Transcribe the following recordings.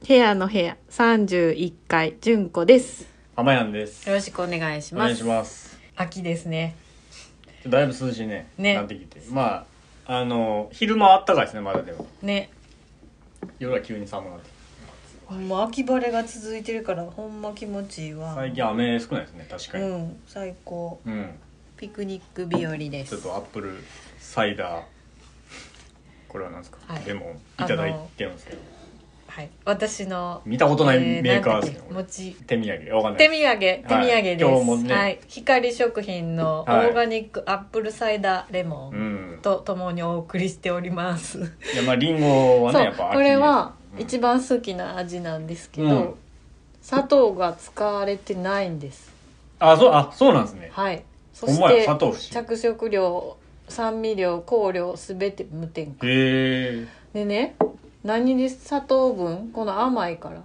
ヘアの部屋31階純子です。 浜やんです。 よろしくお願いしおます。 願いします。 秋ですね。 だいぶ涼しいねなってきて、まあ昼間はあったかいですね。まだでもね、 夜は急に寒くなってきもう秋晴れが続いてるからほんま気持ちいいわ。 最近雨少ないですね。確かに、 最高、ピクニック日和です。 ちょっとアップルサイダー、これは何ですか、レモンいただいてるんですけど、 私の見たことないメーカーですけど、手土産わかんない手土産です、 今日もね、 光食品のオーガニックアップルサイダーレモンとともにお送りしております。 いや、まあリンゴはね、やっぱ秋、 これは一番好きな味なんですけど、砂糖が使われてないんです。 そうなんですね。 そして着色料、酸味料、香料すべて無添加でね、何に砂糖分、この甘いから、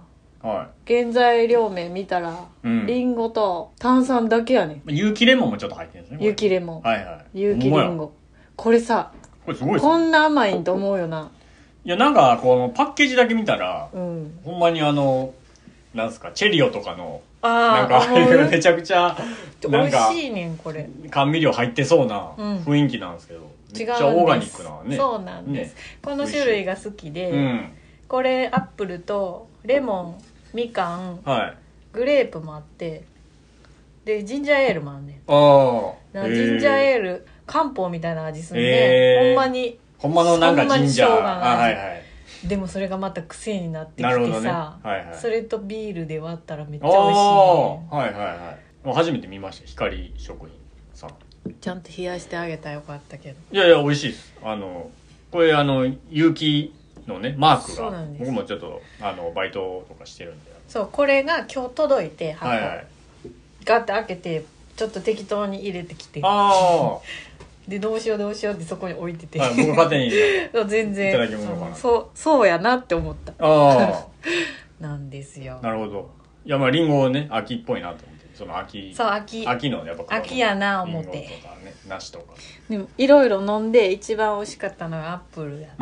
原材料名見たら、リンゴと炭酸だけやねん。 有機レモンもちょっと入ってるんですね。 有機レモン、有機リンゴ。これさ、 これすごいですね。 こんな甘いんと思うよな。 いや、なんかこのパッケージだけ見たら、ほんまになんすか、チェリオとかのなんかめちゃくちゃなんか美味しいねんこれ。 甘味料入ってそうな雰囲気なんですけど、めっちゃオーガニックなね。 そうなんです、この種類が好きで、これアップルとレモン、みかん、グレープもあって、でジンジャーエールもあんねん。ジンジャーエール漢方みたいな味すんで、 ほんまのなんかジンジャー、 でもそれがまた癖になってきてさ、それとビールで割ったらめっちゃ美味しいね。 初めて見ました。光食品さん、 ちゃんと冷やしてあげたらよかったけど。 いやいや美味しいです。これ有機のねマークが、僕もちょっとバイトとかしてるんで、 そうこれが今日届いて、箱ガッて開けてちょっと適当に入れてきて、でどうしようってそこに置いてて、 僕勝手に全然いただき物かな、 そうやなって思ったなんですよ。 なるほど。いや、まあリンゴね、秋っぽいなと思って、その秋のやっぱ秋やな思って、 リンゴとかね、梨とか。 でもいろいろ飲んで一番美味しかったのがアップルや。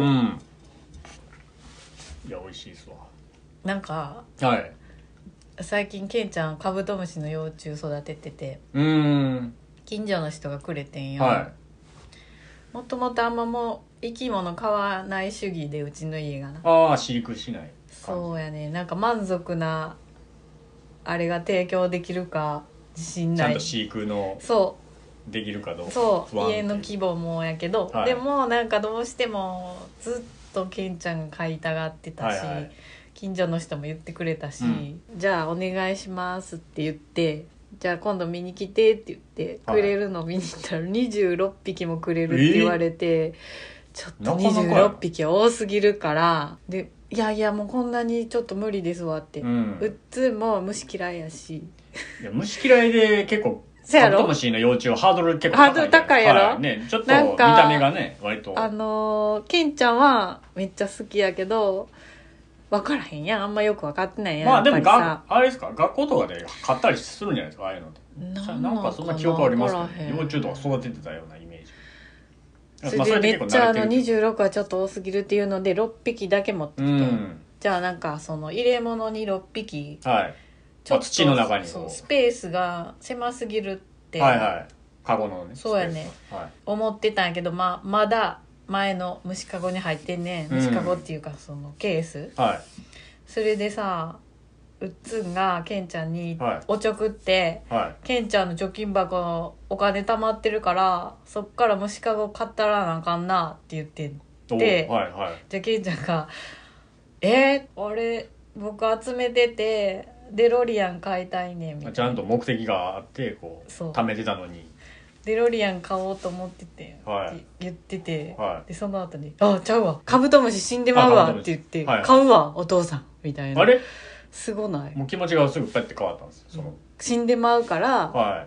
いや美味しいですわ。 なんか最近ケンちゃんカブトムシの幼虫育ててて、近所の人がくれてんよ。もともとあんまもう生き物飼わない主義で、うちの家がな。 飼育しない。 そうやね。なんか満足なあれが提供できるか自信ない。 ちゃんと飼育のできるかどうか。 そう家の規模もやけど、でもなんかどうしてもずっとケンちゃんが飼いたがってたし、近所の人も言ってくれたし、じゃあお願いしますって言って、じゃあ今度見に来てって言ってくれるのを見に行ったら26匹もくれるって言われて、ちょっと26匹は多すぎるから、でいやもうこんなにちょっと無理ですわって、うっつんも虫嫌いやし、 いや虫嫌いで結構カブトムシの幼虫はハードル結構高いやろ、 ちょっと見た目がね割とケンちゃんはめっちゃ好きやけど分からへんやん、あんまよく分かってないやん。 まあでもあれですか、学校とかで買ったりするんじゃないですか、ああいうのって。なんかそんな記憶ありますかね、幼虫とか育ててたようなイメージ。 それでめっちゃ26はちょっと多すぎるっていうので6匹だけ持ってきて、じゃあなんかその入れ物に6匹、 ちょっと土の中にスペースが狭すぎるってカゴのね、 そうやね、思ってたんやけど、まだ前の虫かごに入ってんねん。虫かごっていうかそのケース、それでさ、うっつんがケンちゃんにおちょくって、ケンちゃんの貯金箱のお金貯まってるからそっから虫かご買ったらなあかんなって言ってて、じゃあケンちゃんが俺僕集めててデロリアン買いたいねんみたいな、 ちゃんと目的があってこう貯めてたのに、 デロリアン買おうと思っててって言ってて、でその後にちゃうわ、カブトムシ死んでまうわって言って、買うわお父さんみたいな。あれすごない？ もう気持ちがすぐパッて変わったんですよ。 死んでまうから、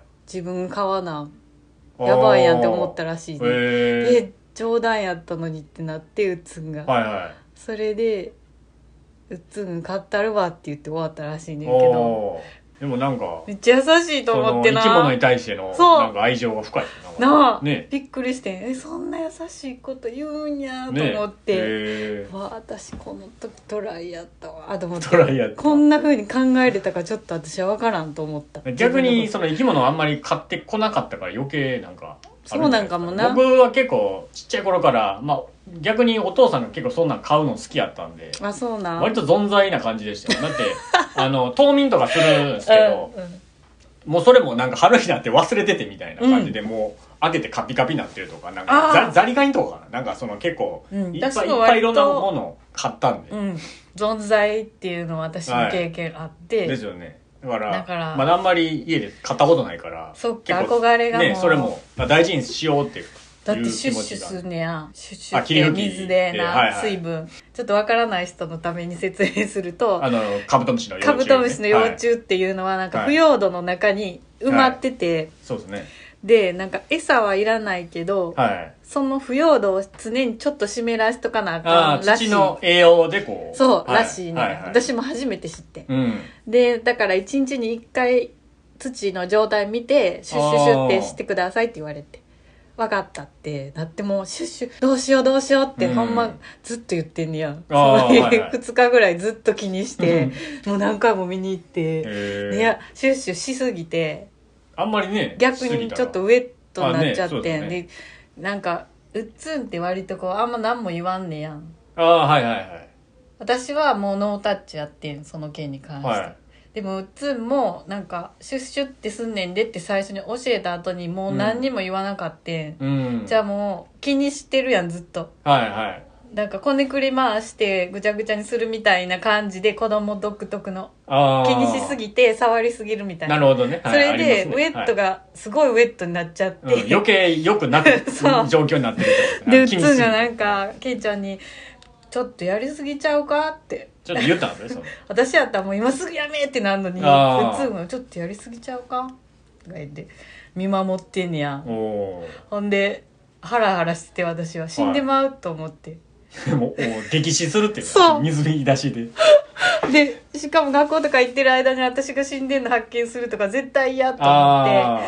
自分買わなやばいやんって思ったらしいね。冗談やったのにってなって、うっつんが、それでうっつん買ったるわって言って終わったらしいねんけど、 でもなんかめっちゃ優しいと思ってな。 生き物に対してのなんか愛情が深いなあ、ね、びっくりしてそんな優しいこと言うんやと思って、ね、わ私この時トライやったわと思って、こんな風に考えれたかちょっと私は分からんと思った。 逆にその生き物あんまり飼ってこなかったから余計なんかそうなんかもな。 僕は結構ちっちゃい頃から、まあ、逆にお父さんが結構そんなん買うの好きやったんで、 あ、そうなん。 割と存在な感じでしたよ。だって冬眠とかするんですけど、もうそれもなんか春になって忘れててみたいな感じで、もう開けてカピカピになってるとか、なんかザリガニとかかな、なんかその結構いっぱいいろんなものを買ったんで、 存在っていうのは私の経験あって、 ですよね。だからまだあんまり家で買ったことないから、 そっか、憧れがもう、 ね、それも大事にしようっていう。 だってシュッシュすんねや。シュッシュって水でな、水分。ちょっとわからない人のために説明すると、 カブトムシの幼虫、 カブトムシの幼虫っていうのはなんか腐葉土の中に埋まってて、 そうですね。 でなんか餌はいらないけど、その腐葉土を常にちょっと湿らしとかなあかんらしい。 土の栄養でこう。 そう、らしいね。私も初めて知って。でだから1日に1回土の状態見てシュッシュシュってしてくださいって言われて。分かったってなってもシュッシュどうしようってほんまずっと言ってんねや。その2日ぐらいずっと気にしてもう何回も見に行って、いやシュッシュしすぎてあんまりね逆にちょっとウェットになっちゃって、でなんかうっつんって割とこうあんま何も言わんねやん。私はもうノータッチやってん、その件に関して、でもうっつんもなんかシュッシュってすんねんでって最初に教えた後にもう何にも言わなかった、じゃあもう気にしてるやんずっと。なんかこねくり回してぐちゃぐちゃにするみたいな感じで子供独特の気にしすぎて触りすぎるみたいな。 なるほどね。 それでウェットがすごいウェットになっちゃって、 余計よくなく状況になってるでうっつんがなんかケイちゃんにちょっとやりすぎちゃうかってちょっと言ったんですよ。 私やったらもう今すぐやめってなるのに、うっつんがちょっとやりすぎちゃうかとか言って見守ってんねや。ほんでハラハラして私は死んでまうと思って、 もう激死するっていう水出しででしかも学校とか行ってる間に私が死んでんの発見するとか絶対嫌と思って、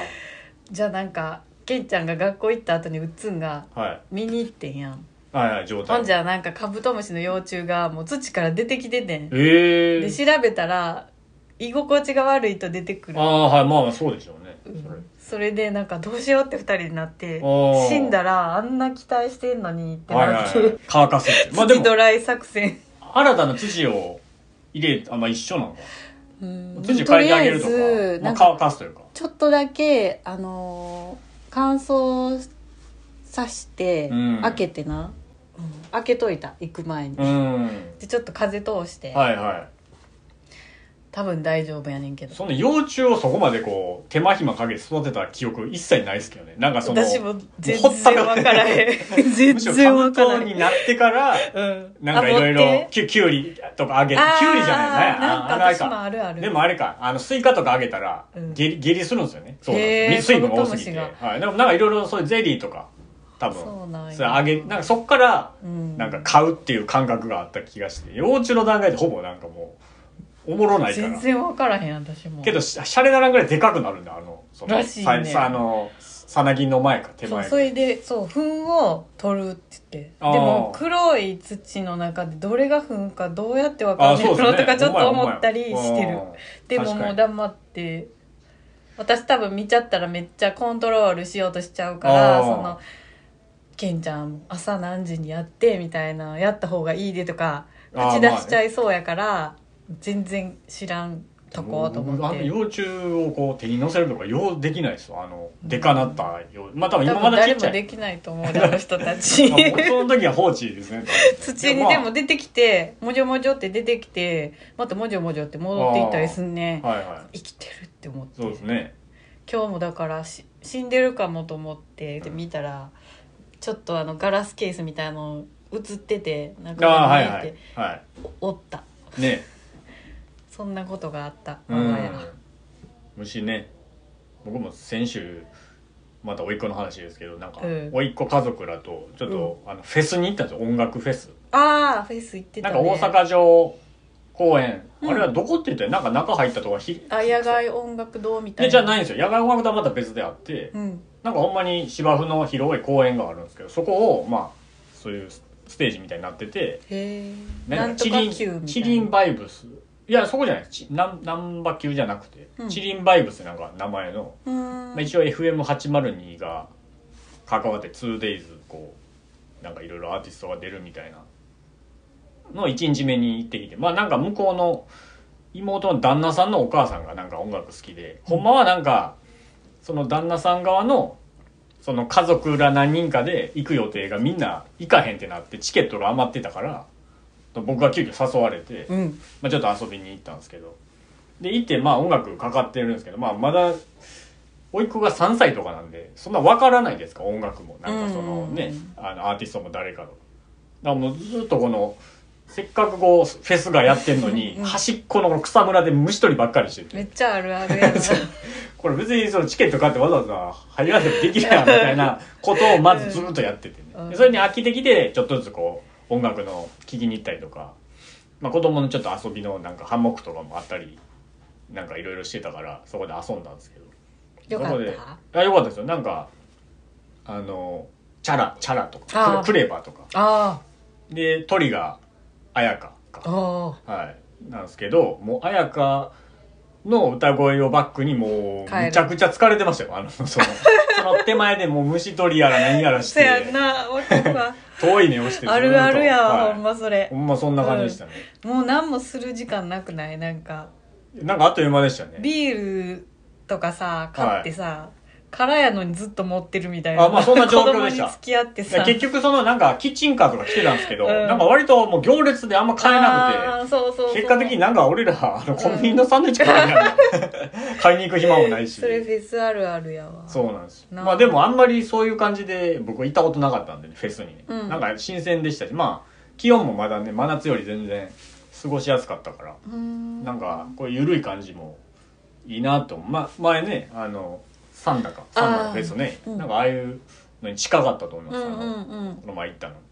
じゃあなんかケンちゃんが学校行った後にうっつんが見に行ってんやん、ほんじゃなんかカブトムシの幼虫がもう土から出てきててん、で調べたら居心地が悪いと出てくる。 まあそうでしょうね、 それでなんかどうしようって2人になって、死んだらあんな期待してんのにってなって、 乾かすって、 土ドライ作戦。 新たな土を入れ一緒なのか、土変えてあげるとか、なんか乾かすというかちょっとだけ乾燥さして開けてな、開けといた行く前に、でちょっと風通して、多分大丈夫やねんけど、 その幼虫をそこまでこう手間暇かけて育てた記憶一切ないですけどね。なんかその私も全然分からへん全然分からへん。 むしろカブトになってから、なんかいろいろキュウリとかあげて、キュウリじゃないな、 なんか私もあるある。 でもあれか、スイカとかあげたら下痢するんですよね。そうなんです。水分が多すぎて、でもなんかいろいろそういうゼリーとか多分それなんかそっからなんか買うっていう感覚があった気がして、幼虫の段階でほぼなんかもうおもろないから。 全然分からへん私も。 けどシャレならんぐらいでかくなるんだ、そのらしいね。 さなぎの前か手前か。 それで糞を取るって言って、でも黒い土の中でどれが糞かどうやって分かんないのとかちょっと思ったりしてる。でももう黙って、私多分見ちゃったらめっちゃコントロールしようとしちゃうから、そのケンちゃん朝何時にやってみたいな、やった方がいいでとか口出しちゃいそうやから、全然知らんとこと思って。 幼虫をこう手に乗せるとかようできないですよ、でかなったまあ多分今まだちっちゃい、 誰もできないと思うあの人たちその時は放置ですね土にでも出てきてもじょもじょって出てきてまたもじょもじょって戻っていったりすんね、生きてるって思って。 そうですね。 今日もだから死んでるかもと思ってで見たらちょっとガラスケースみたいなの映ってて、なんか見えておったね。 そんなことがあった我が家。 虫ね、僕も先週また甥っ子の話ですけど、なんか甥っ子家族らとちょっとフェスに行ったんですよ、音楽フェス。 フェス行ってたね。 なんか大阪城公園、あれはどこって言ったらなんか中入ったとか野外音楽堂みたいなじゃないんですよ。野外音楽堂はまた別であって、なんかほんまに芝生の広い公園があるんですけど、そこをまあそういうステージみたいになってて、 なんとか級みたいなチリンバイブス、いやそこじゃないです。難波級じゃなくて、チリンバイブスなんか名前の、まあ、一応 FM802 が関わって 2days こうなんかいろいろアーティストが出るみたいなの1日目に行ってきて、まあなんか向こうの妹の旦那さんのお母さんがなんか音楽好きで、ほんまはなんかその旦那さん側のその家族ら何人かで行く予定がみんな行かへんってなってチケットが余ってたから、僕が急遽誘われて、まあ、ちょっと遊びに行ったんですけど、で行ってまあ音楽かかってるんですけど、まあまだ甥っ子が3歳とかなんでそんな分からないですか、音楽もなんかそのね、アーティストも誰かの。だからもうずっとこのせっかくこうフェスがやってんのに端っこの草むらで虫取りばっかりしてて、 めっちゃあるあるやろこれ別にそのチケット買ってわざわざ入らなくてもできるやんみたいなことをまずずっとやっててね、それに飽きてきてちょっとずつこう音楽の聴きに行ったりとか、まあ、子供のちょっと遊びのなんかハンモックとかもあったりなんかいろいろしてたからそこで遊んだんですけど、 よかった。 よかったですよ。なんかチャラとかクレーバーとかでトリガー綾香か、はい、なんですけど、もう綾香の歌声をバックにもうむちゃくちゃ疲れてましたよ。その手前でもう虫取りやら何やらして、 そうやな、わかるわ遠い目をしてあるあるやわ、ほんまそれ。 ほんまそんな感じでしたね。 もう何もする時間なくない？なんかあっという間でしたね。 ビールとかさ買ってさ、空やのにずっと持ってるみたいな。 まあそんな状況でした。 子供に付き合ってさ。 結局そのなんかキッチンカーとか来てたんですけど、なんか割ともう行列であんま買えなくて、 そう結果的になんか俺らコンビニのサンドイッチ買いな買いに行く暇もないし。 それフェスあるあるやわ。 そうなんです。まあでもあんまりそういう感じで僕行ったことなかったんで、ね、フェスにね、なんか新鮮でしたし、まあ気温もまだね真夏より全然過ごしやすかったから、なんかこういう緩い感じもいいなと。まあ前ねサンダのフェスね、なんかああいうのに近かったと思います。この前行ったの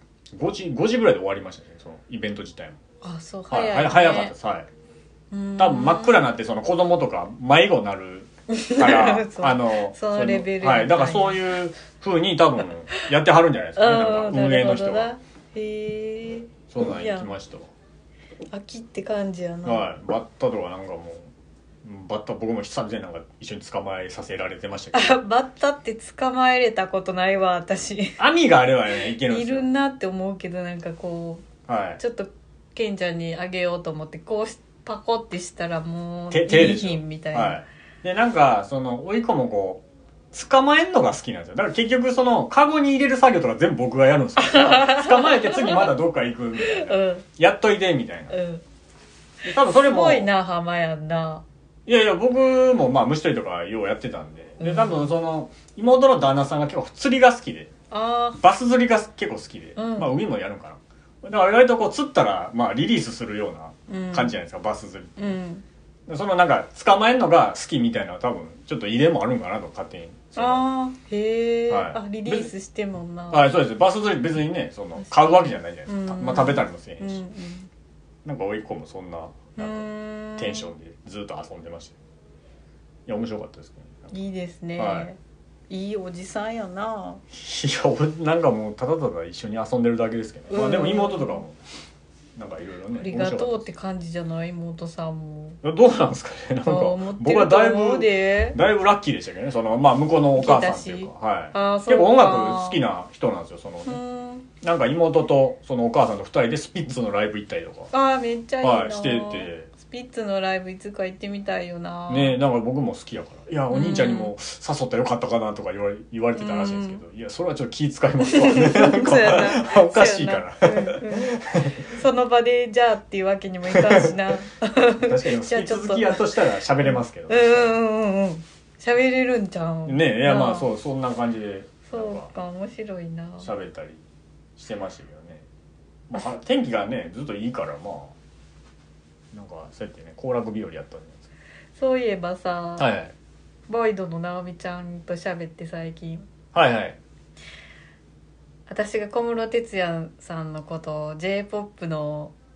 5時ぐらいで終わりましたね、そのイベント自体も。 そう早い、ね、早かったです。はい。多分真っ暗になってその子供とか迷子になるからそのレベル、 はい、だからそういう風に多分やってはるんじゃないですかねなんか運営の人が。へえ。 そうなん行きました。 秋って感じやな。 はい、バッタとかなんかもうバッタ僕も久々になんか一緒に捕まえさせられてましたけど。 バッタって捕まえれたことないわ私。 網があればねいけるんですよ。 いるなって思うけどなんかこう、ちょっとケンちゃんにあげようと思ってこうパコってしたらもういい品みたいな。 でなんかその甥いっ子もこう捕まえんのが好きなんですよ。だから結局そのカゴに入れる作業とか全部僕がやるんですよ。捕まえて次まだどっか行くみたいな、やっといてみたいな、多分それもすごいな浜やんな。 いや僕もまあ虫取りとかようやってたんで、多分その妹の旦那さんが結構釣りが好きで、バス釣りが結構好きで、まあ海もやるんかな。だから意外とこう釣ったらまあリリースするような感じじゃないですか、バス釣り、そのなんか捕まえるのが好きみたいなのは多分ちょっと入れもあるんかなと勝手に。 へえ、リリースしてもんな。 そうです。バス釣り別にねその買うわけじゃないじゃないですか、まあ食べたりもせえへんし、なんか甥っ子もそんななんかテンションでずっと遊んでました。いや面白かったですね。 いいですね、いいおじさんやな。 いやなんかもうただただ一緒に遊んでるだけですけど、まあでも妹とかもなんかいろいろねありがとうって感じじゃない？妹さんもどうなんですかね。なんか僕はだいぶラッキーでしたけどね。そのまあ向こうのお母さんっていうか、結構音楽好きな人なんですよ。そのなんか妹とそのお母さんと2人でスピッツのライブ行ったりとかめっちゃいいな、 してて、 スピッツのライブいつか行ってみたいよな。 ね、なんか僕も好きやから、いやお兄ちゃんにも誘ったらよかったかなとか言われてたらしいんですけど、いやそれはちょっと気遣いますわね。なんかおかしいから。 その場でじゃあっていうわけにもいかんしな。 確かにスピッツ好きやとしたら喋れますけど。 喋れるんちゃうね。いやまあそんな感じで。 そうか面白いな。 喋ったりしてましたけどね。まあ天気がねずっといいからまあなんかそうやってね行楽日和やったんじゃないですか。 そういえばさ、ボイドの直美ちゃんと喋って最近。私が小室哲哉さんのことを J-POP の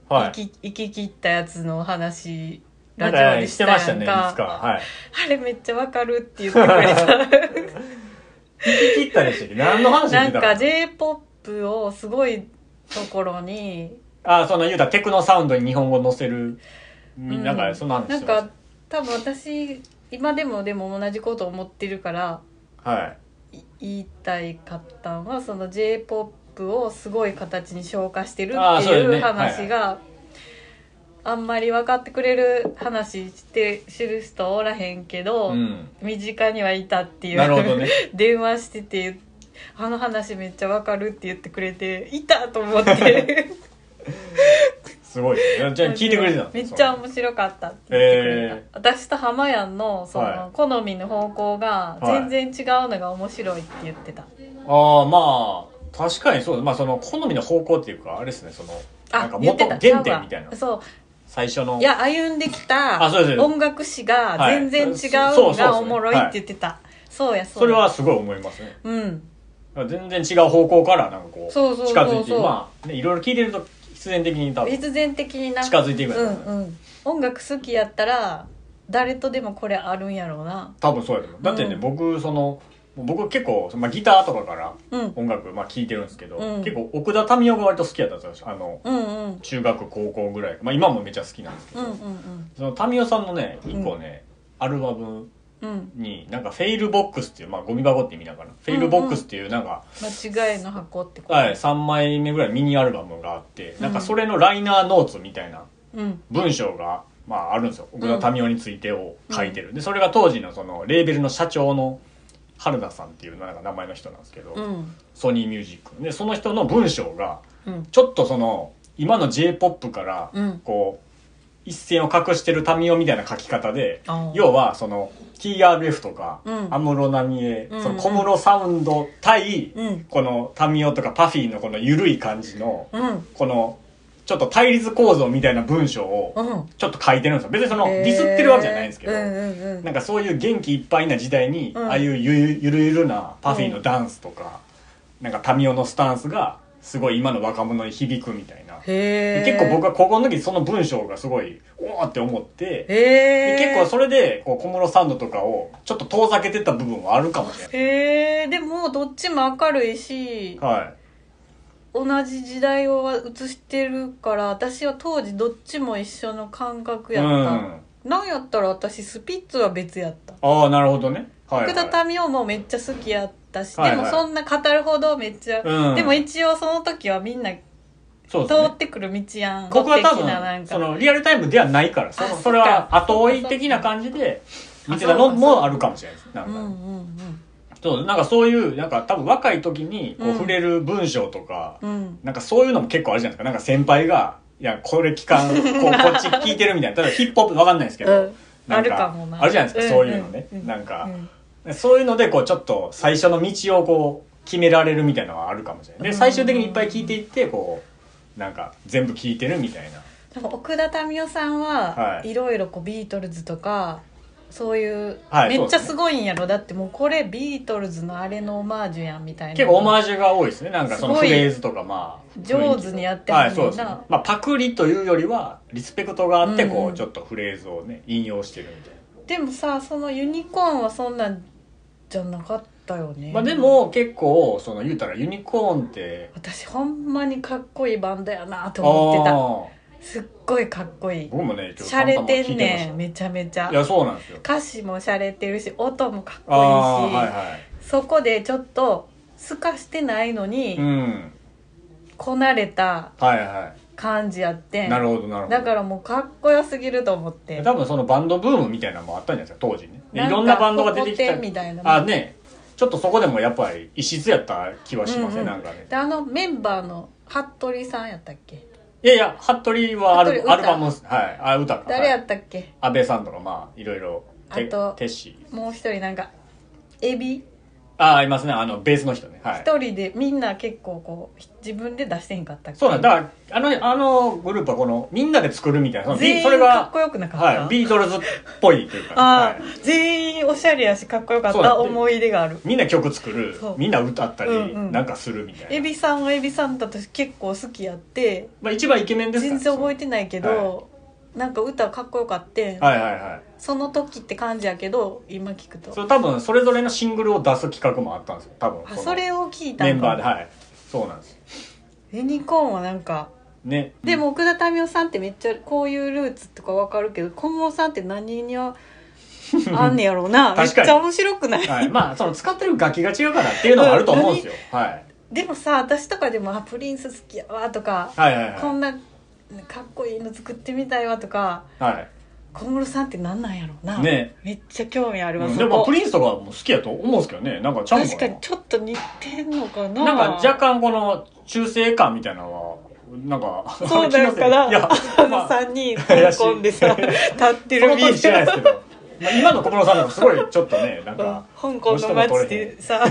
はい生き切ったやつの話ラジオでしたやんか。してましたね、いつか。はい。 あれめっちゃわかるって言ってくれた。 生き切ったでしたっけ？何の話なんか J-POP をすごいところに、 その言うたらテクノサウンドに日本語載せる、なんかそんな話してました。 なんか多分私今でも同じこと思ってるから、 はい、 言いたいかったのはその J-POP をすごい形に昇華してるっていう話があんまり分かってくれる話知る人おらへんけど、身近にはいたっていう。 なるほどね。 電話しててあの話めっちゃ分かるって言ってくれていたと思ってすごい。じゃあ聞いてくれてたの？ めっちゃ面白かったって言ってくれた。私と浜やんのその好みの方向が全然違うのが面白いって言ってた。 まあ確かにそう。まあその好みの方向っていうかあれですね、そのなんか元原点みたいな。 そう。 最初のいや歩んできた音楽史が全然違うのがおもろいって言ってた。そうやそれはすごい思いますね。全然違う方向からなんかこう近づいて、まあねいろいろ聞いてると必然的に近づいていくやつ。 音楽好きやったら誰とでもこれあるんやろうな。 多分そうやと思う。だってね、僕結構、ギターとかから音楽聴いてるんですけど、結構奥田民生が割と好きやったんですよ。中学高校ぐらい、今もめっちゃ好きなんですけど、その民生さんのね一個ね、アルバムになんかフェイルボックスっていう、ゴミ箱って意味だから、フェイルボックスっていうなんか間違いの箱ってこと、 3枚目ぐらいミニアルバムがあって、なんかそれのライナーノーツみたいな文章があるんですよ。奥田民生についてを書いてる。でそれが当時のそのレーベルの社長の原田さんっていうなんか名前の人なんですけど、ソニーミュージックでその人の文章がちょっとその今の J-POP からこう一線を画してる民生みたいな書き方で、要はその TRF とか安室奈美恵、その小室サウンド対この民生とかパフィーのこの緩い感じのこのちょっと対立構造みたいな文章をちょっと書いてるんですよ。別にそのディスってるわけじゃないんですけど、なんかそういう元気いっぱいな時代にああいうゆるゆるなパフィーのダンスとかなんか民生のスタンスがすごい今の若者に響くみたいな。結構僕は高校の時その文章がすごいおーって思って、で結構それでこう小室サウンドとかをちょっと遠ざけてた部分はあるかもしれない。 でもどっちも明るいし、同じ時代を映してるから私は当時どっちも一緒の感覚やった、なんやったら私スピッツは別やった。 なるほどね。 福田民生もめっちゃ好きやったし、でもそんな語るほどめっちゃ、でも一応その時はみんな通ってくる道やん。 僕は多分そのリアルタイムではないから、それは後追い的な感じで見てたのもあるかもしれないです。なんかそういうなんか多分若い時にこう触れる文章とか、なんかそういうのも結構あるじゃないですか。なんか先輩がいやこれ聞かんこっち聞いてるみたいな。ただヒップホップわかんないですけど、なんかあるじゃないですか、そういうのね。なんかそういうのでこうちょっと最初の道をこう決められるみたいなのはあるかもしれない。で最終的にいっぱい聞いていってこうなんか全部聞いてるみたいな。 でも奥田民生さんはいろいろこうビートルズとかそういう、めっちゃすごいんやろ。だってもうこれビートルズのあれのオマージュやんみたいな。 結構オマージュが多いですね。なんかそのフレーズとか上手にやってはるんだ。パクリというよりはリスペクトがあってこうちょっとフレーズをね引用してるみたいな。 でもさそのユニコーンはそんなんじゃなかったよね。 でも結構その言うたらユニコーンって私ほんまにかっこいいバンドやなと思ってた。すっごいかっこいい。 僕もねしゃれてんねん、めちゃめちゃ。 いやそうなんですよ。 歌詞もしゃれてるし音もかっこいいし、そこでちょっと透かしてないのに、こなれた感じやってん。 なるほどなるほど。 だからもうかっこよすぎると思って。 多分そのバンドブームみたいなのもあったんじゃないですか当時ね。いろんなバンドが出てきたみたいな。 ね、ちょっっとそこでもやっぱり異質やった気はしますね、なんかね。 でメンバーの服部さんやったっけ？ いやいや、服部はアルバム、はい、歌か。 誰やったっけ？ 安倍さんとか、まあいろいろ。 あとテッシー。もう一人なんかエビいますね。ベースの人ね。はい。 一人で、みんな結構こう、自分で出してへんかったっけ。 そうなんだ。だから、あのグループはみんなで作るみたいな。 全員かっこよくなかった。 はい。ビートルズっぽいっていうか。 はい、全員おしゃれやし、かっこよかった思い出がある。 みんな曲作る。みんな歌ったり、なんかするみたいな。 エビさんはエビさんだと結構好きやって。 まあ一番イケメンですから。 全然覚えてないけど、なんか歌かっこよかって、 はいはいはい、 その時って感じやけど今聞くと多分それぞれのシングルを出す企画もあったんですよ多分。 それを聞いたんかメンバーで。はい、そうなんです。 ユニコーンはなんかね、 でも奥田民生さんってめっちゃこういうルーツとかわかるけど、小室さんって何にはあんねやろうなめっちゃ面白くない、 はい、まあその使ってる楽器が違うからっていうのもあると思うんですよ、はい、 でもさ、私とかでもプリンス好きやわとか、 はいはいはい、 こんなかっこいいの作ってみたいわとか、はい、小室さんって何なんやろうな、ね、めっちゃ興味あるわ、 でもプリンスとかも好きやと思うんですけどね。なんかちゃうのかな。 確かにちょっと似てんのかな。 なんか若干この中性感みたいなのはなんかそうだから、いや、3人香港でさ立ってるビールしてないですけど、まあ、今の小室さんでもすごいちょっとね、なんか香港の街でさ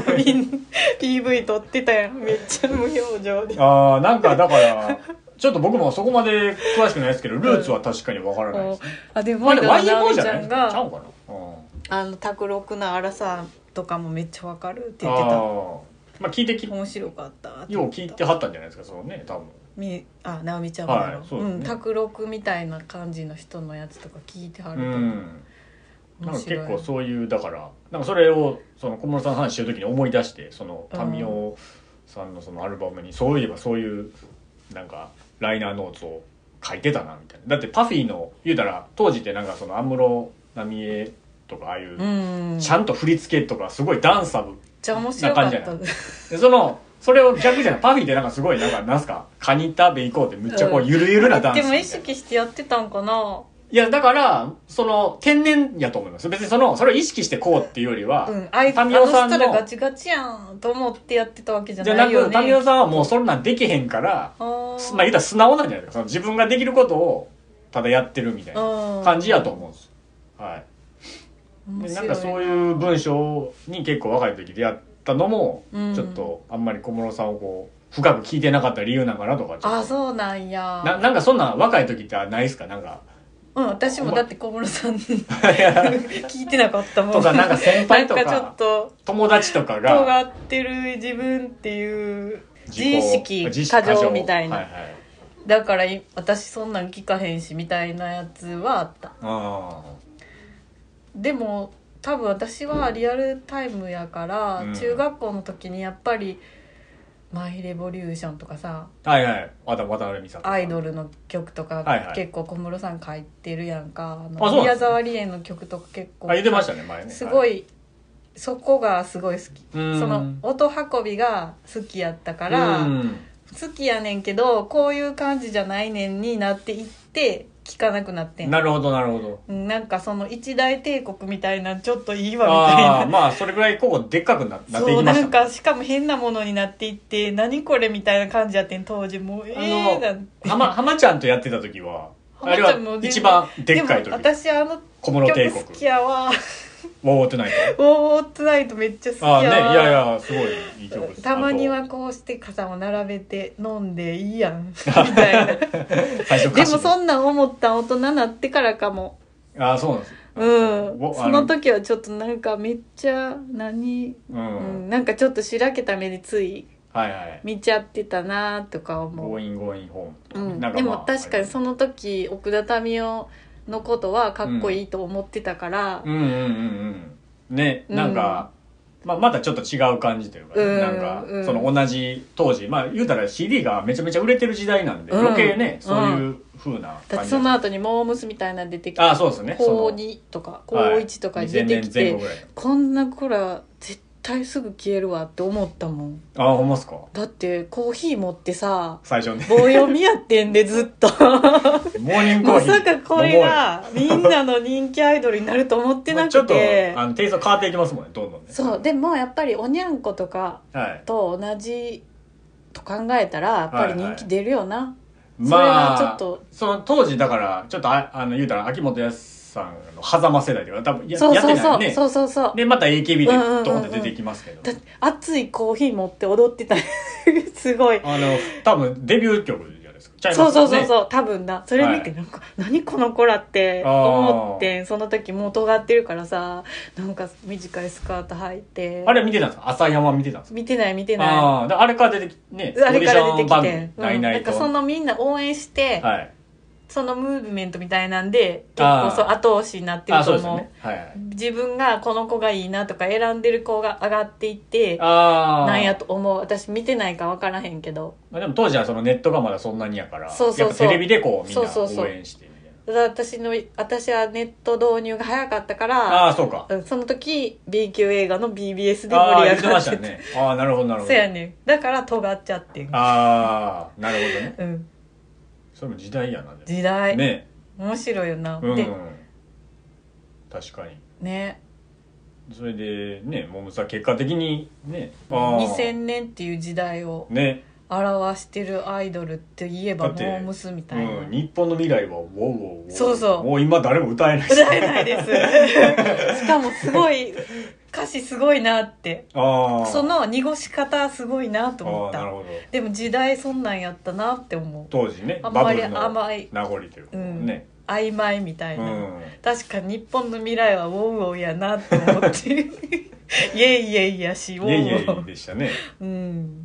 PV 撮ってたやん、めっちゃ無表情で。 なんかだからちょっと僕もそこまで詳しくないですけど、ルーツは確かにわからないです、 でも森田直美ちゃんがちゃうかな、卓録な荒さとかもめっちゃわかるって言ってた。 まあ聞いて面白かった。 よう聞いてはったんじゃないですか、そのね、多分。 直美ちゃんもやろ、卓録みたいな感じの人のやつとか聞いてはると思う。 なんか結構そういうだからなんかそれをその小室さんの話してる時に思い出して、その民生さんのそのアルバムにそういえばそういうなんかライナーノーツを書いてたなみたいな。だってパフィーの言うたら当時ってなんかその安室奈美恵とかああいうちゃんと振り付けとかすごいダンサブな感じじゃない。でそれを逆じゃない、パフィーってなんかすごいなんすかカニ食べ行こうってむっちゃこうゆるゆるなダンスでも意識してやってたんかな。 いやだからその天然やと思います。別にそれを意識してこうっていうよりは、 民生さんのガチガチやんと思ってやってたわけじゃないよね。 じゃなく民生さんはもうそんなんできへんから、まあ言ったら素直なんじゃないですか。自分ができることをただやってるみたいな感じやと思うんです。はい。でなんかそういう文章に結構若い時出会ったのも、ちょっとあんまり小室さんをこう深く聞いてなかった理由なんかなとか。 そうなんや。 なんかそんな若い時ってないですか、なんか。 私もだって小室さん聞いてなかったもん。 とかなんか先輩とかなんかちょっと友達とかが尖ってる自分っていう自意識過剰みたいな、はいはい、だから私そんなん聞かへんしみたいなやつはあった。でも多分私はリアルタイムやから、中学校の時にやっぱりマイレボリューションとかさ、 はいはい、渡辺美里アイドルの曲とか、結構小室さん書いてるやんか。宮沢りえの曲とか結構言ってましたね前ね。 すごい、そこがすごい好き。その音運びが好きやったから、好きやねんけどこういう感じじゃないねんになっていって聞かなくなってん。 なるほどなるほど。 なんかその一大帝国みたいなちょっといいわみたいな。 まあそれぐらいここでっかくなっていきました、ね、そうなんかしかも変なものになっていって何これみたいな感じやってん当時。もうなんて浜ちゃんとやってた時はあれは一番でっかい時。 でも私小室帝国好きやわ。 ウォーウォートナイト。 ウォーウォートナイトめっちゃ好きやわ。 ね、いやいやすごいいい曲です。 たまにはこうして傘を並べて飲んでいいやんみたいな最初でもそんなん思った大人になってからかも。 そうなんです。 その時はちょっとなんかめっちゃなんかちょっとしらけた目でつい見ちゃってたなとか思う。 Going home、 でも確かにその時奥田民生のことはかっこいいと思ってたから、 ね、なんか、またちょっと違う感じというか、なんかその同じ当時言うたら CD がめちゃめちゃ売れてる時代なんで、余計ねそういう風な感じ。 だってその後にモームスみたいなの出てきて、 そうですね、 高2とか高1とか出てきて、こんな子ら絶対すぐ消えるわって思ったもん。 ほんまっすか。 だってコーヒー持ってさ最初ね棒読みやってんでずっとモーニングコーヒーまさかこれがみんなの人気アイドルになると思ってなくてちょっとテイスト変わっていきますもんね、どんどんね。 そうでもやっぱりおにゃんことかと同じと考えたらやっぱり人気出るよな、それはちょっとその当時だからちょっと言うたら秋元康さんの狭間世代では多分そうやってないよね。 そうそうそう。 でまた AKB でドーンって出てきますけど、 熱いコーヒー持って踊ってたすごい多分デビュー曲じゃないですか。ちゃいそうますよね。 そうそう多分なそれ見てなんか、何この子らって思ってその時もう尖ってるからさなんか短いスカート履いてあれ見てたんですか？朝山見てたんですか？ 見てないあれから出てきねあれから出てきてなんかそのみんな応援して、 はい、 そのムーブメントみたいなんで結構そう後押しになってると思う、 ねはいはい、 自分がこの子がいいなとか選んでる子が上がっていってなんやと思う。私見てないか分からへんけど、 でも当時はそのネットがまだそんなにやからそうやっぱテレビでこうみんな応援してみたいな。 私はネット導入が早かったからそうか、 その時 B 級映画の BBS で盛り上がってましたね。なるほどなるほど。 そうやね。だから尖っちゃってん。 なるほどね。 うん。 それも時代やな。 時代ね。 面白いよな。 で確かにね。 それでねもうさ結果的にね 2000年っていう時代をね表してるアイドルって言えばモームスみたいな、 日本の未来はウォーウォーウォーそうそうもう今誰も歌えない歌えないですしかもすごい歌詞すごいなってその濁し方すごいなと思った。 なるほど。 でも時代そんなんやったなって思う。 当時ねあんまり甘い名残というかね、 曖昧みたいな、確かに日本の未来はウォーウォーやなって思ってイエイイエイやしウォーウォーイエイイエイでしたね。 うん、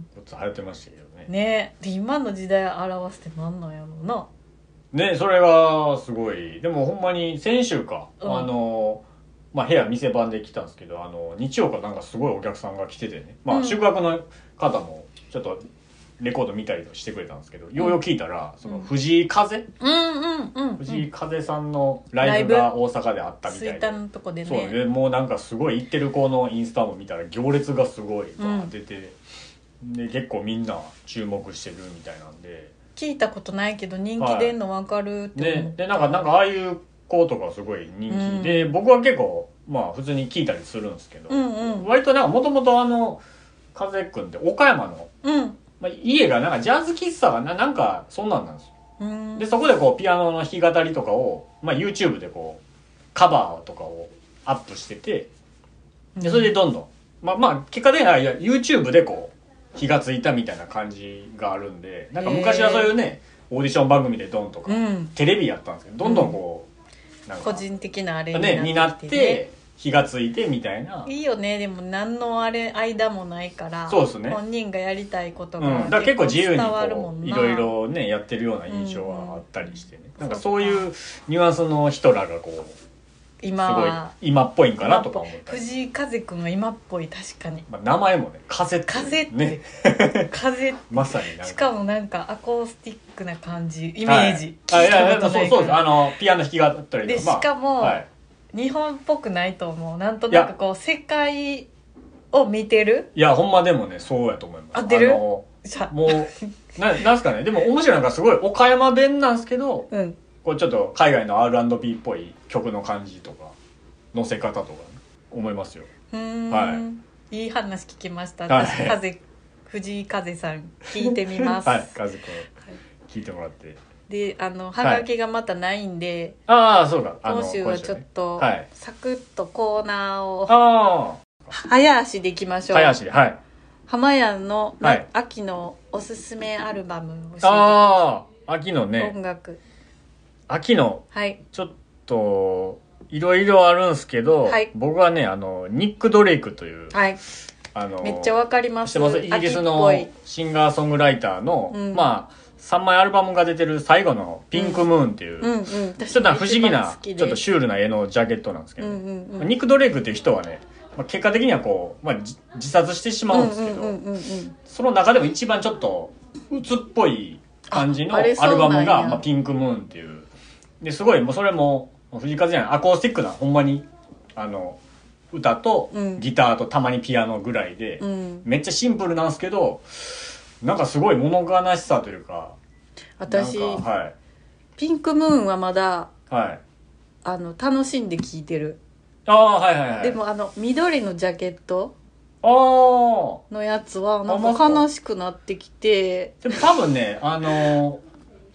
ちょっと流行ってましたけどね。 ねで今の時代表してなんなんやろうな。 ねそれがすごい。でもほんまに先週か、部屋店番で来たんですけど日曜かなんかすごいお客さんが来ててね、宿泊の方もちょっとレコード見たりしてくれたんですけど、ようよう聞いたらその藤井風、藤井風さんのライブが大阪であったみたいで、 吹田のとこでね、 そうでもうなんかすごい行ってる子のインスタも見たら行列がすごい出て、で結構みんな注目してるみたいなんで、 聞いたことないけど人気出んの分かるって思った、 でなんかああいう子とかすごい人気で、僕は結構普通に聞いたりするんですけど、割となんかもともと風くんって岡山の、家がなんかジャズ喫茶がなんかそんなんなんですよ。でそこでこうピアノの弾き語りとかを、YouTube でこうカバーとかをアップしてて、でそれでどんどん結果的にはYouTube でこう火がついたみたいな感じがあるんで、なんか昔はそういうねオーディション番組でドンとか、テレビやったんですけど、どんどんこうなんか個人的なあれになって火がついてみたいな。 いいよね。でも何の間もないから、 そうですね、 本人がやりたいことがだから結構自由にこういろいろねやってるような印象はあったりしてね、なんかそういうニュアンスの人らがこう今すごい今っぽいんかなとか思ったり。 藤井風くんは今っぽい。確かに、 名前もね風ってね風ってまさになんかしかもなんかアコースティックな感じイメージ、 いやそうですピアノ弾き語ったりでしかも、日本っぽくないと思う。なんとなくこう世界を見てる。 いやほんまでもねそうやと思います。 合ってる？ もうなんすかね、でも面白いのがすごい岡山弁なんですけど、こうちょっと海外の R&B っぽい曲の感じとか乗せ方とか、ね、思いますよ。いい話聞きました。私、藤井風さん聞いてみます。 風くん聞いてもらって。 ではがきがまたないんで、 そうか、 今週はちょっと、サクッとコーナーを早足でいきましょう。 早足で、 浜屋の、秋のおすすめアルバムを教えて。 秋のね音楽秋の、ちょっといろいろあるんすけど、僕はねニック・ドレイクという、 めっちゃわかります。 イギリスのシンガーソングライターの、3枚アルバムが出てる最後のピンクムーンっていう、ちょっと不思議なちょっとシュールな絵のジャケットなんですけど、ニック・ドレイクっていう人はね、結果的にはこう、自殺してしまうんですけど、その中でも一番ちょっと鬱っぽい感じのアルバムが、ピンクムーンっていうですごいもうそれも藤井風じゃないアコースティックなほんまに歌とギターとたまにピアノぐらいで、めっちゃシンプルなんですけど、なんかすごい物悲しさというか。 私、ピンクムーンはまだ、楽しんで聴いてる。でも緑のジャケットのやつはなんか悲しくなってきて。 でも多分ねそ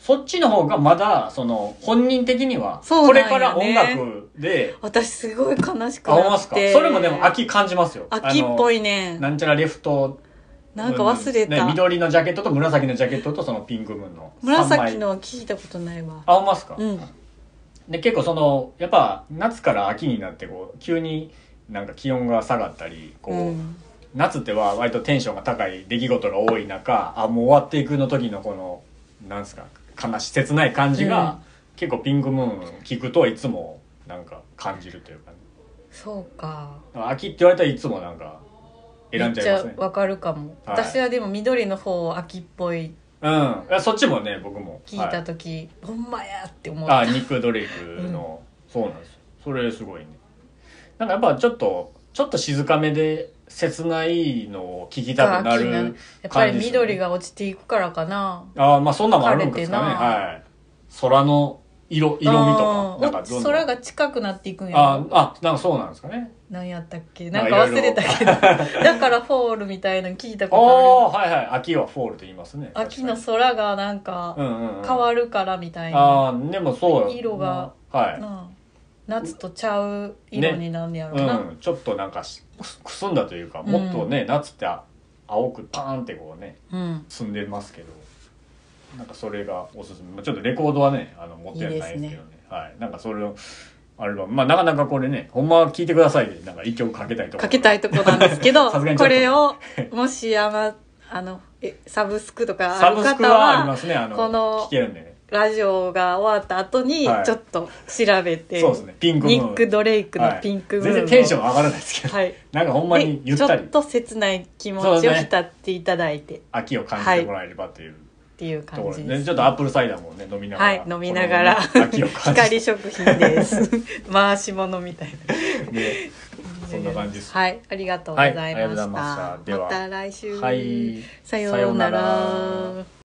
そっちの方がまだその本人的にはこれから音楽で、 私すごい悲しくなって。 それもでも秋感じますよ。 秋っぽいね。 なんちゃらレフトなんか忘れた、 ね、緑のジャケットと紫のジャケットとそのピンクムーンの紫のは聞いたことないわ。 あ、ほんますか。 うん。 で結構そのやっぱ夏から秋になってこう急になんか気温が下がったりこう、うん、夏っては割とテンションが高い出来事が多い中、もう終わっていくの時のこのなんですか悲しい切ない感じが、うん、結構ピンクムーン聞くといつもなんか感じるというか、ね、 そうか。 秋って言われたらいつもなんか選んじゃいますね。 めっちゃわかるかも、はい、私はでも緑の方秋っぽい。 うん、そっちもね僕も聞いた時、はい、ほんまやって思った。 ニック・ドレイクの、うん、そうなんですよ。それすごいね。なんかやっぱちょっと静かめで切ないのを聞きたくなる感じです、ね、 やっぱり緑が落ちていくからかな。 まあそんなもあるんですかね。はい。空の色味とか。 なんか空が近くなっていくんやろ。 なんかそうなんですかね。 何やったっけ、なんか忘れたけどだからフォールみたいなの聞いたことある。 はいはい。秋はフォールと言いますね。 秋の空がなんか変わるからみたいな。 でもそう色が、 はい、 夏とちゃう色になんねやろな、 ね、ちょっとなんかくすんだというか、もっとね夏って青くパーンってこうね、澄んでますけど、なんかそれがおすすめ。ちょっとレコードはね持ってないですけどね、はい、なんかそれをアルバム、なかなかこれね、ほんまは聴いてくださいで、なんか一曲かけたいとこなんですけどこれをもしサブスクとかある方は、 サブスクはありますね、 この聴けるんでね、 ラジオが終わった後にちょっと調べて、 そうですね、ピンクムーン、 ニック・ドレイクのピンクムーン、 全然テンション上がらないですけど、なんかほんまにゆったりちょっと切ない気持ちを浸っていただいて、 秋を感じてもらえればというっていう感じです、 ね、ちょっとアップルサイダーもね飲みながら、 飲みながら光食品です回し物みたいな、 ね、そんな感じです。 はい、ありがとうございました。 ではまた来週、さようなら。